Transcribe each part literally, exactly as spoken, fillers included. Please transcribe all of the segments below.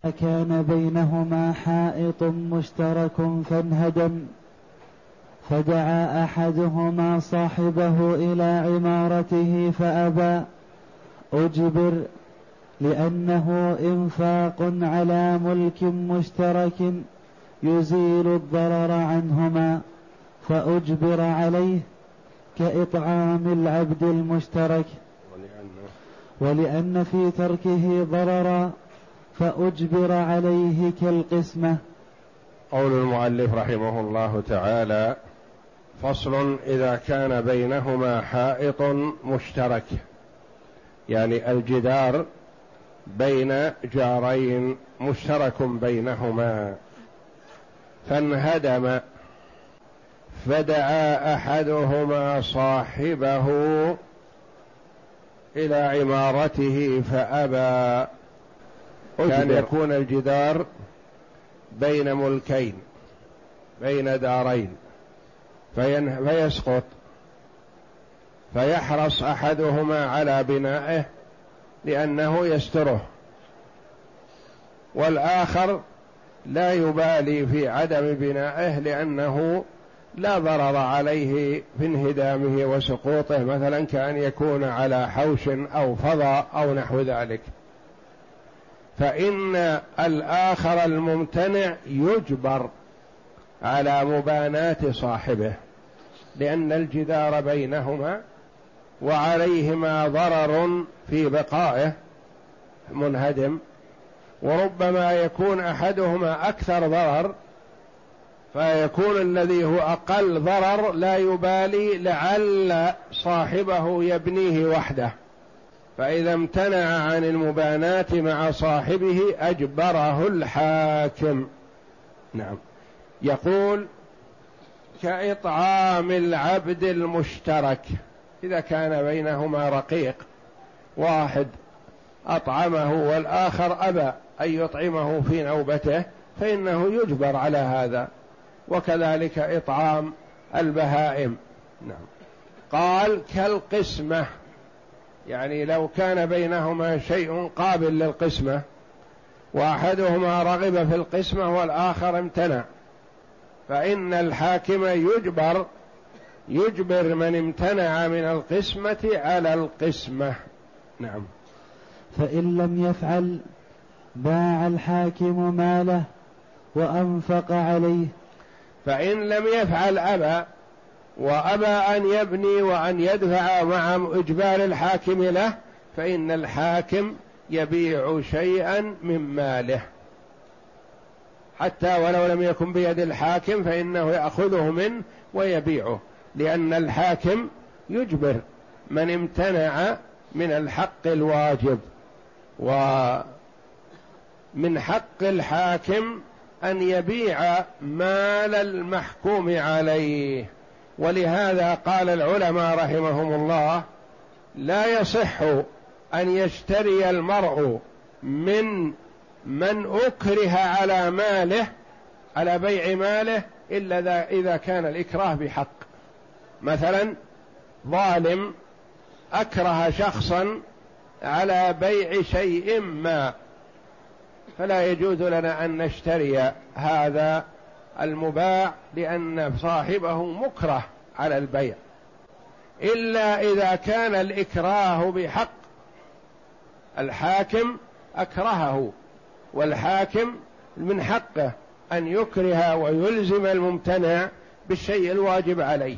كان بينهما حائط مشترك فانهدم، فدعا أحدهما صاحبه إلى عمارته فأبى، أجبر لأنه إنفاق على ملك مشترك يزيل الضرر عنهما، فأجبر عليه كإطعام العبد المشترك، ولأن في تركه ضررا فأجبر عليه كالقسمة. قول المؤلف رحمه الله تعالى: فصل: إذا كان بينهما حائط مشترك، يعني الجدار بين جارين مشترك بينهما، فانهدم، فدعا أحدهما صاحبه إلى عمارته فأبى. كان يكون الجدار بين ملكين، بين دارين، فيسقط، فيحرص أحدهما على بنائه لأنه يستره، والآخر لا يبالي في عدم بنائه لأنه لا ضرر عليه في انهدامه وسقوطه، مثلا كأن يكون على حوش أو فضاء أو نحو ذلك. فإن الآخر الممتنع يجبر على مباناة صاحبه، لأن الجدار بينهما وعليهما ضرر في بقائه منهدم، وربما يكون أحدهما أكثر ضرر، فيكون الذي هو أقل ضرر لا يبالي لعل صاحبه يبنيه وحده، فإذا امتنع عن المباناة مع صاحبه أجبره الحاكم. نعم. يقول: كإطعام العبد المشترك، إذا كان بينهما رقيق، واحد أطعمه والآخر أبى أن يطعمه في نوبته، فإنه يجبر على هذا، وكذلك إطعام البهائم. نعم. قال: كالقسمة، يعني لو كان بينهما شيء قابل للقسمة، وأحدهما رغب في القسمة والآخر امتنع، فإن الحاكم يجبر يجبر من امتنع من القسمة على القسمة. نعم. فإن لم يفعل باع الحاكم ماله وأنفق عليه. فإن لم يفعل أبى وأبى أن يبني وأن يدفع مع إجبار الحاكم له، فإن الحاكم يبيع شيئا من ماله، حتى ولو لم يكن بيد الحاكم فإنه يأخذه منه ويبيعه، لأن الحاكم يجبر من امتنع من الحق الواجب، ومن حق الحاكم أن يبيع مال المحكوم عليه. ولهذا قال العلماء رحمهم الله: لا يصح أن يشتري المرء من من أكره على ماله، على بيع ماله، إلا إذا كان الإكراه بحق. مثلا ظالم أكره شخصا على بيع شيء ما، فلا يجوز لنا أن نشتري هذا المباع لأن صاحبه مكره على البيع، إلا إذا كان الإكراه بحق، الحاكم أكرهه، والحاكم من حقه أن يكره ويلزم الممتنع بالشيء الواجب عليه.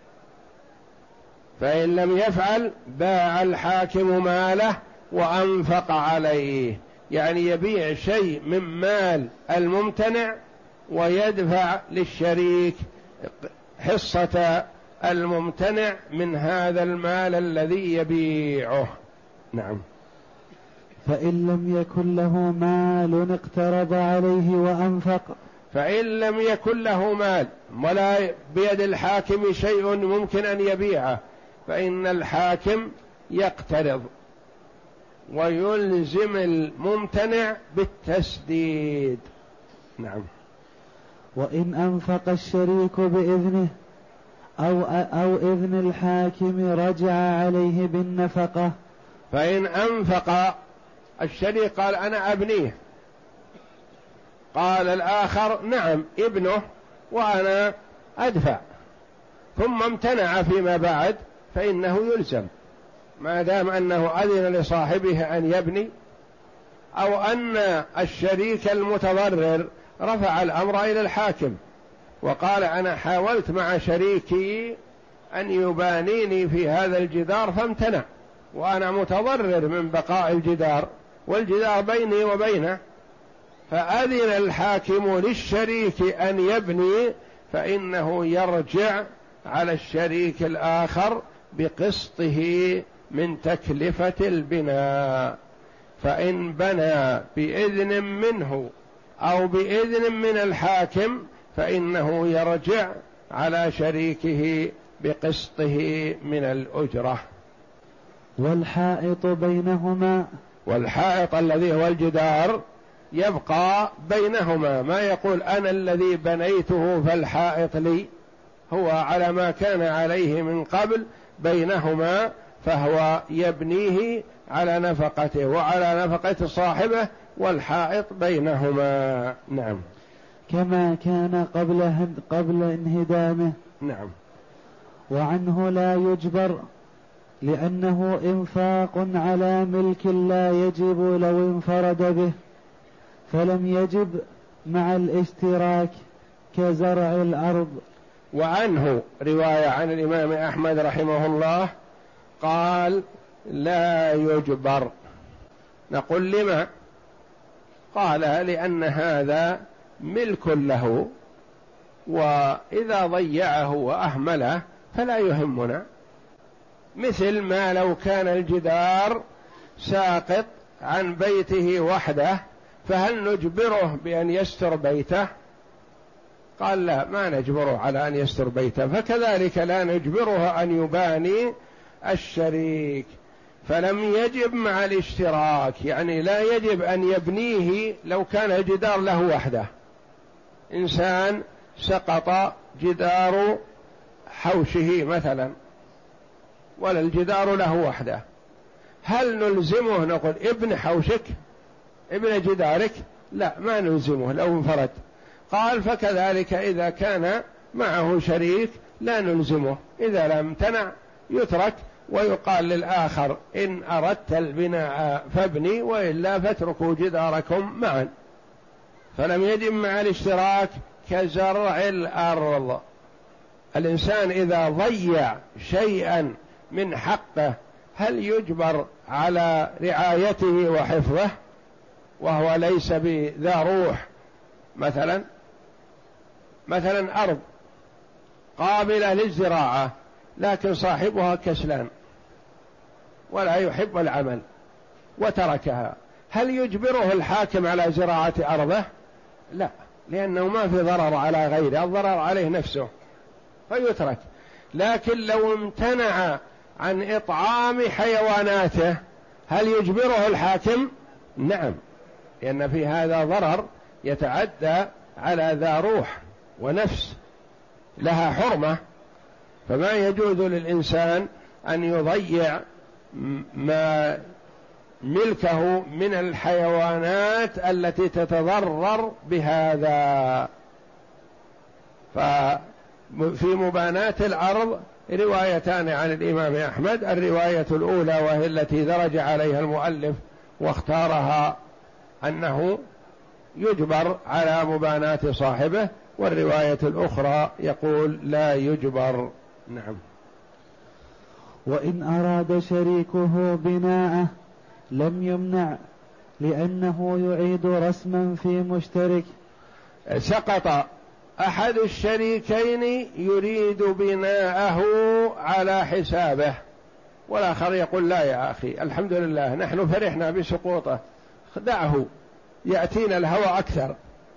فإن لم يفعل باع الحاكم ماله وأنفق عليه، يعني يبيع شيء من مال الممتنع ويدفع للشريك حصة الممتنع من هذا المال الذي يبيعه. نعم. فإن لم يكن له مال اقترض عليه وأنفق. فإن لم يكن له مال ولا بيد الحاكم شيء ممكن أن يبيعه، فإن الحاكم يقترض ويلزم الممتنع بالتسديد. نعم. وإن أنفق الشريك بإذنه أو أو إذن الحاكم رجع عليه بالنفقة. فإن أنفق الشريك قال أنا أبنيه قال الآخر نعم ابنه وأنا أدفع، ثم امتنع فيما بعد، فإنه يلزم ما دام أنه أذن لصاحبه أن يبني، أو أن الشريك المتضرر رفع الأمر إلى الحاكم وقال أنا حاولت مع شريكي أن يبانيني في هذا الجدار فامتنع، وأنا متضرر من بقاء الجدار والجدار بيني وبينه، فأذن الحاكم للشريك أن يبني، فإنه يرجع على الشريك الآخر بقسطه من تكلفة البناء. فإن بنى بإذن منه أو بإذن من الحاكم فإنه يرجع على شريكه بقسطه من الأجرة. والحائط بينهما، والحائط الذي هو الجدار يبقى بينهما، ما يقول أنا الذي بنيته فالحائط لي، هو على ما كان عليه من قبل بينهما، فهو يبنيه على نفقته وعلى نفقة صاحبه، والحائط بينهما. نعم، كما كان قبل قبل انهدامه. نعم. وعنه لا يجبر، لأنه إنفاق على ملك لا يجب لو انفرد به، فلم يجب مع الاشتراك كزرع الأرض. وعنه رواية عن الإمام أحمد رحمه الله قال لا يجبر. نقول لما؟ قال لأن هذا ملك له، وإذا ضيعه وأهمله فلا يهمنا، مثل ما لو كان الجدار ساقط عن بيته وحده، فهل نجبره بأن يستر بيته؟ قال لا، ما نجبره على أن يستر بيته، فكذلك لا نجبره أن يباني الشريك، فلم يجب مع الاشتراك، يعني لا يجب أن يبنيه لو كان الجدار له وحده. إنسان سقط جدار حوشه مثلا ولا الجدار له وحده، هل نلزمه نقول ابن حوشك ابن جدارك؟ لا، ما نلزمه لو انفرد. قال فكذلك إذا كان معه شريك لا نلزمه، إذا لم امتنع يترك، ويقال للآخر إن أردت البناء فابني وإلا فاتركوا جداركم معا. فلم يجب مع الاشتراك كزرع الأرض. الإنسان إذا ضيع شيئا من حقه هل يجبر على رعايته وحفظه وهو ليس بذا روح؟ مثلا مثلا أرض قابلة للزراعة لكن صاحبها كسلان ولا يحب العمل وتركها، هل يجبره الحاكم على زراعة أرضه؟ لا، لأنه ما في ضرر على غيره، الضرر عليه نفسه فيترك. لكن لو امتنع عن إطعام حيواناته هل يجبره الحاكم؟ نعم، لأن في هذا ضرر يتعدى على ذا روح ونفس لها حرمة، فما يجوز للإنسان أن يضيع ما ملكه من الحيوانات التي تتضرر بهذا. ففي مباناة الأرض روايتان عن الإمام أحمد، الرواية الأولى وهي التي درج عليها المؤلف واختارها أنه يجبر على مباناة صاحبه، والرواية الأخرى يقول لا يجبر. نعم. وإن أراد شريكه بناءه لم يمنع، لأنه يعيد رسما في مشترك. سقط أحد الشريكين يريد بناءه على حسابه، والآخر يقول لا يا أخي الحمد لله نحن فرحنا بسقوطه، دعه يأتينا الهوى أكثر.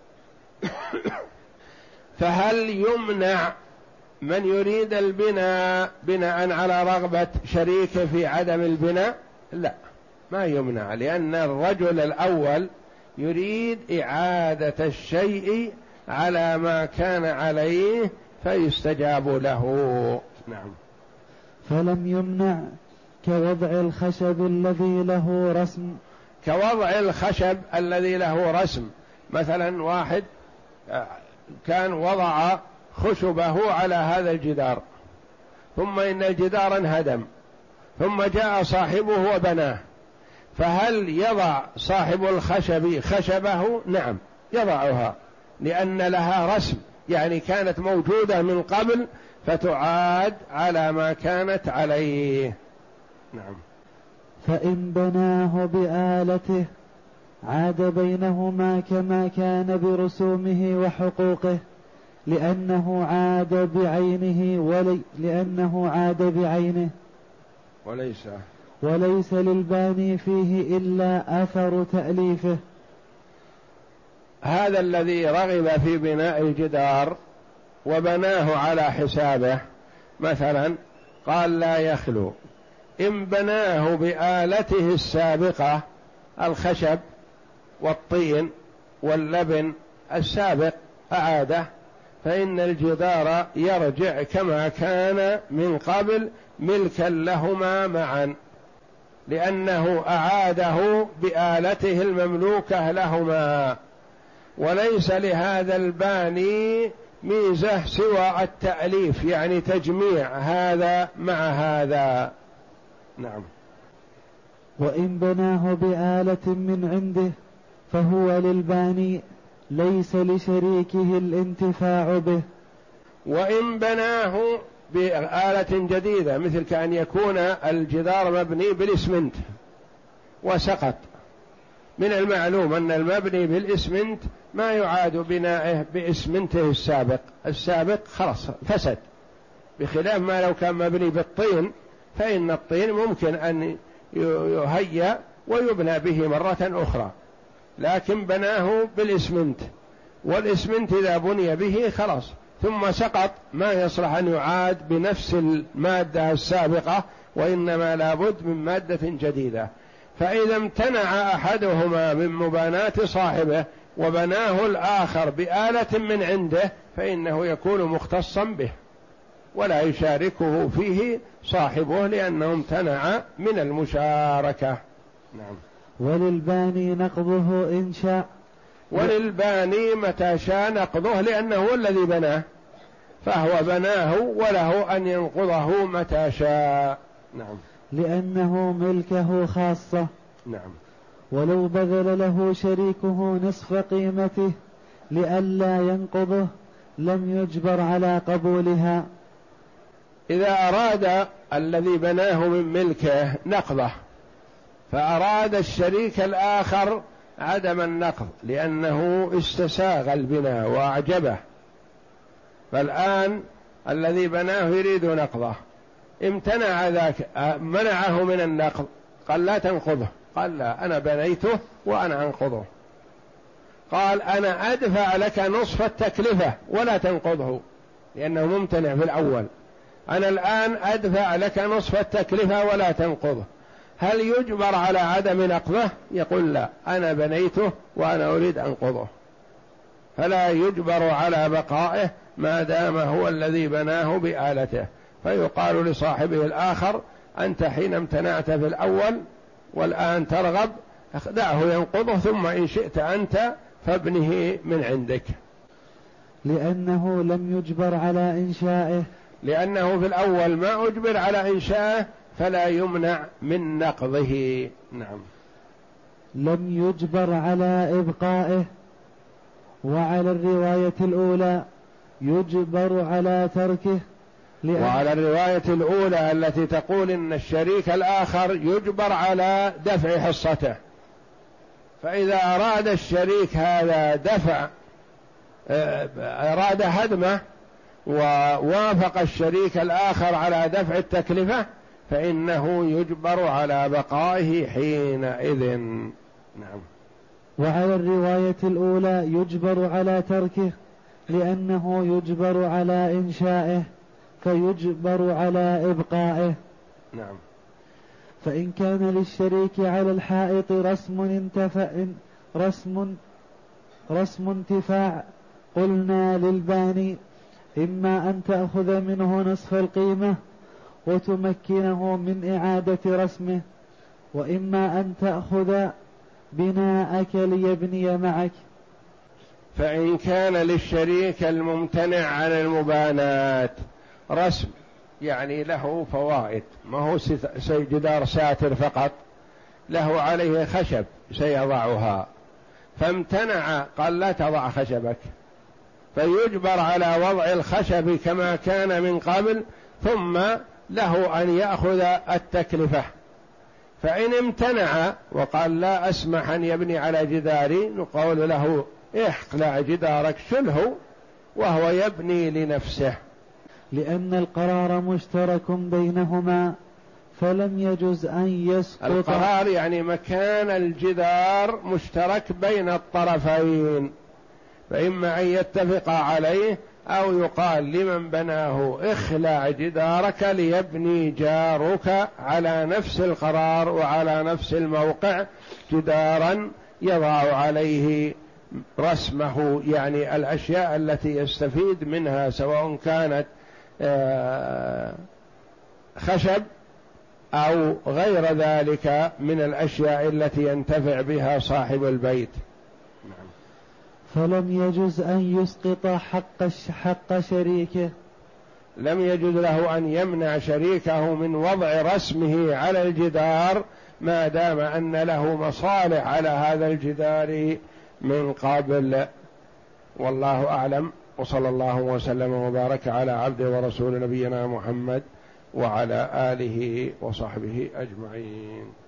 فهل يمنع من يريد البناء بناء على رغبة شريكه في عدم البناء؟ لا، ما يمنع، لأن الرجل الأول يريد إعادة الشيء على ما كان عليه فيستجاب له. نعم. فلم يمنع كوضع الخشب الذي له رسم. كوضع الخشب الذي له رسم، مثلا واحد كان وضع خشبه على هذا الجدار، ثم إن الجدار انهدم، ثم جاء صاحبه وبناه، فهل يضع صاحب الخشب خشبه؟ نعم يضعها، لأن لها رسم، يعني كانت موجودة من قبل فتعاد على ما كانت عليه. نعم. فإن بناه بآلته عاد بينهما كما كان برسومه وحقوقه، لأنه عاد بعينه ولي لأنه عاد بعينه وليس وليس للباني فيه إلا أثر تأليفه. هذا الذي رغب في بناء الجدار وبناه على حسابه مثلا قال لا يخلو، إن بناه بآلته السابقة الخشب والطين واللبن السابق أعاده، فإن الجدار يرجع كما كان من قبل ملكا لهما معا، لأنه أعاده بآلته المملوكة لهما، وليس لهذا الباني ميزة سوى التأليف، يعني تجميع هذا مع هذا. نعم. وإن بناه بآلة من عنده فهو للباني ليس لشريكه الانتفاع به. وإن بناه بآلة جديدة، مثل كأن يكون الجدار مبني بالإسمنت وسقط، من المعلوم أن المبني بالإسمنت ما يعاد بنائه بإسمنته السابق، السابق خلاص فسد، بخلاف ما لو كان مبني بالطين، فإن الطين ممكن أن يهيأ ويبنى به مرة أخرى، لكن بناه بالإسمنت، والإسمنت إذا بني به خلاص ثم سقط ما يصلح أن يعاد بنفس المادة السابقة، وإنما لابد من مادة جديدة. فإذا امتنع أحدهما من مباناة صاحبه وبناه الآخر بآلة من عنده، فإنه يكون مختصا به ولا يشاركه فيه صاحبه، لأنه امتنع من المشاركة. نعم. وللباني نقضه إن شاء، وللباني متى شاء نقضه، لأنه هو الذي بناه، فهو بناه وله أن ينقضه متى شاء. نعم. لأنه ملكه خاصة. نعم. ولو بذل له شريكه نصف قيمته لئلا ينقضه لم يجبر على قبولها. إذا أراد الذي بناه من ملكه نقضه، فأراد الشريك الآخر عدم النقض لأنه استساغ البناء وأعجبه، فالآن الذي بناه يريد نقضه، امتنع ذاك، منعه من النقض، قال لا تنقضه، قال لا أنا بنيته وأنا أنقضه، قال أنا أدفع لك نصف التكلفة ولا تنقضه، لأنه ممتنع في الأول، أنا الآن أدفع لك نصف التكلفة ولا تنقضه، هل يجبر على عدم نقضه؟ يقول لا أنا بنيته وأنا أريد أنقضه، فلا يجبر على بقائه ما دام هو الذي بناه بآلته، فيقال لصاحبه الآخر أنت حين امتنعت في الأول والآن ترغب دعه ينقضه، ثم إن شئت أنت فابنه من عندك، لأنه لم يجبر على إنشائه، لأنه في الأول ما أجبر على إنشائه فلا يمنع من نقضه. نعم. لم يجبر على إبقائه. وعلى الرواية الأولى يجبر على تركه، وعلى الرواية الأولى التي تقول إن الشريك الآخر يجبر على دفع حصته، فإذا أراد الشريك هذا دفع أراد هدمه ووافق الشريك الآخر على دفع التكلفة فإنه يجبر على بقائه حينئذ. نعم. وعلى الرواية الأولى يجبر على تركه لأنه يجبر على إنشائه فيجبر على إبقائه. نعم. فإن كان للشريك على الحائط رسم انتفع رسم رسم انتفاع قلنا للباني إما أن تأخذ منه نصف القيمة وتمكنه من إعادة رسمه، وإما أن تأخذ بناءك ليبني معك. فإن كان للشريك الممتنع عن المبانات رسم يعني له فوائد، ما هو جدار ساتر فقط، له عليه خشب سيضعها، فامتنع قال لا تضع خشبك، فيجبر على وضع الخشب كما كان من قبل، ثم له أن يأخذ التكلفة. فإن امتنع وقال لا أسمح أن يبني على جداري، نقول له اخلع جدارك شله وهو يبني لنفسه، لأن القرار مشترك بينهما فلم يجز أن يسقط. القرار يعني مكان الجدار مشترك بين الطرفين، فإما أن يتفق عليه أو يقال لمن بناه اخلع جدارك ليبني جارك على نفس القرار وعلى نفس الموقع جدارا يضع عليه رسمه، يعني الأشياء التي يستفيد منها سواء كانت خشب أو غير ذلك من الأشياء التي ينتفع بها صاحب البيت. فلم يجز أن يسقط حق حق شريكه، لم يجوز له أن يمنع شريكه من وضع رسمه على الجدار ما دام أن له مصالح على هذا الجدار من قبل. والله أعلم، وصلى الله وسلم وبارك على عبده ورسول نبينا محمد وعلى آله وصحبه أجمعين.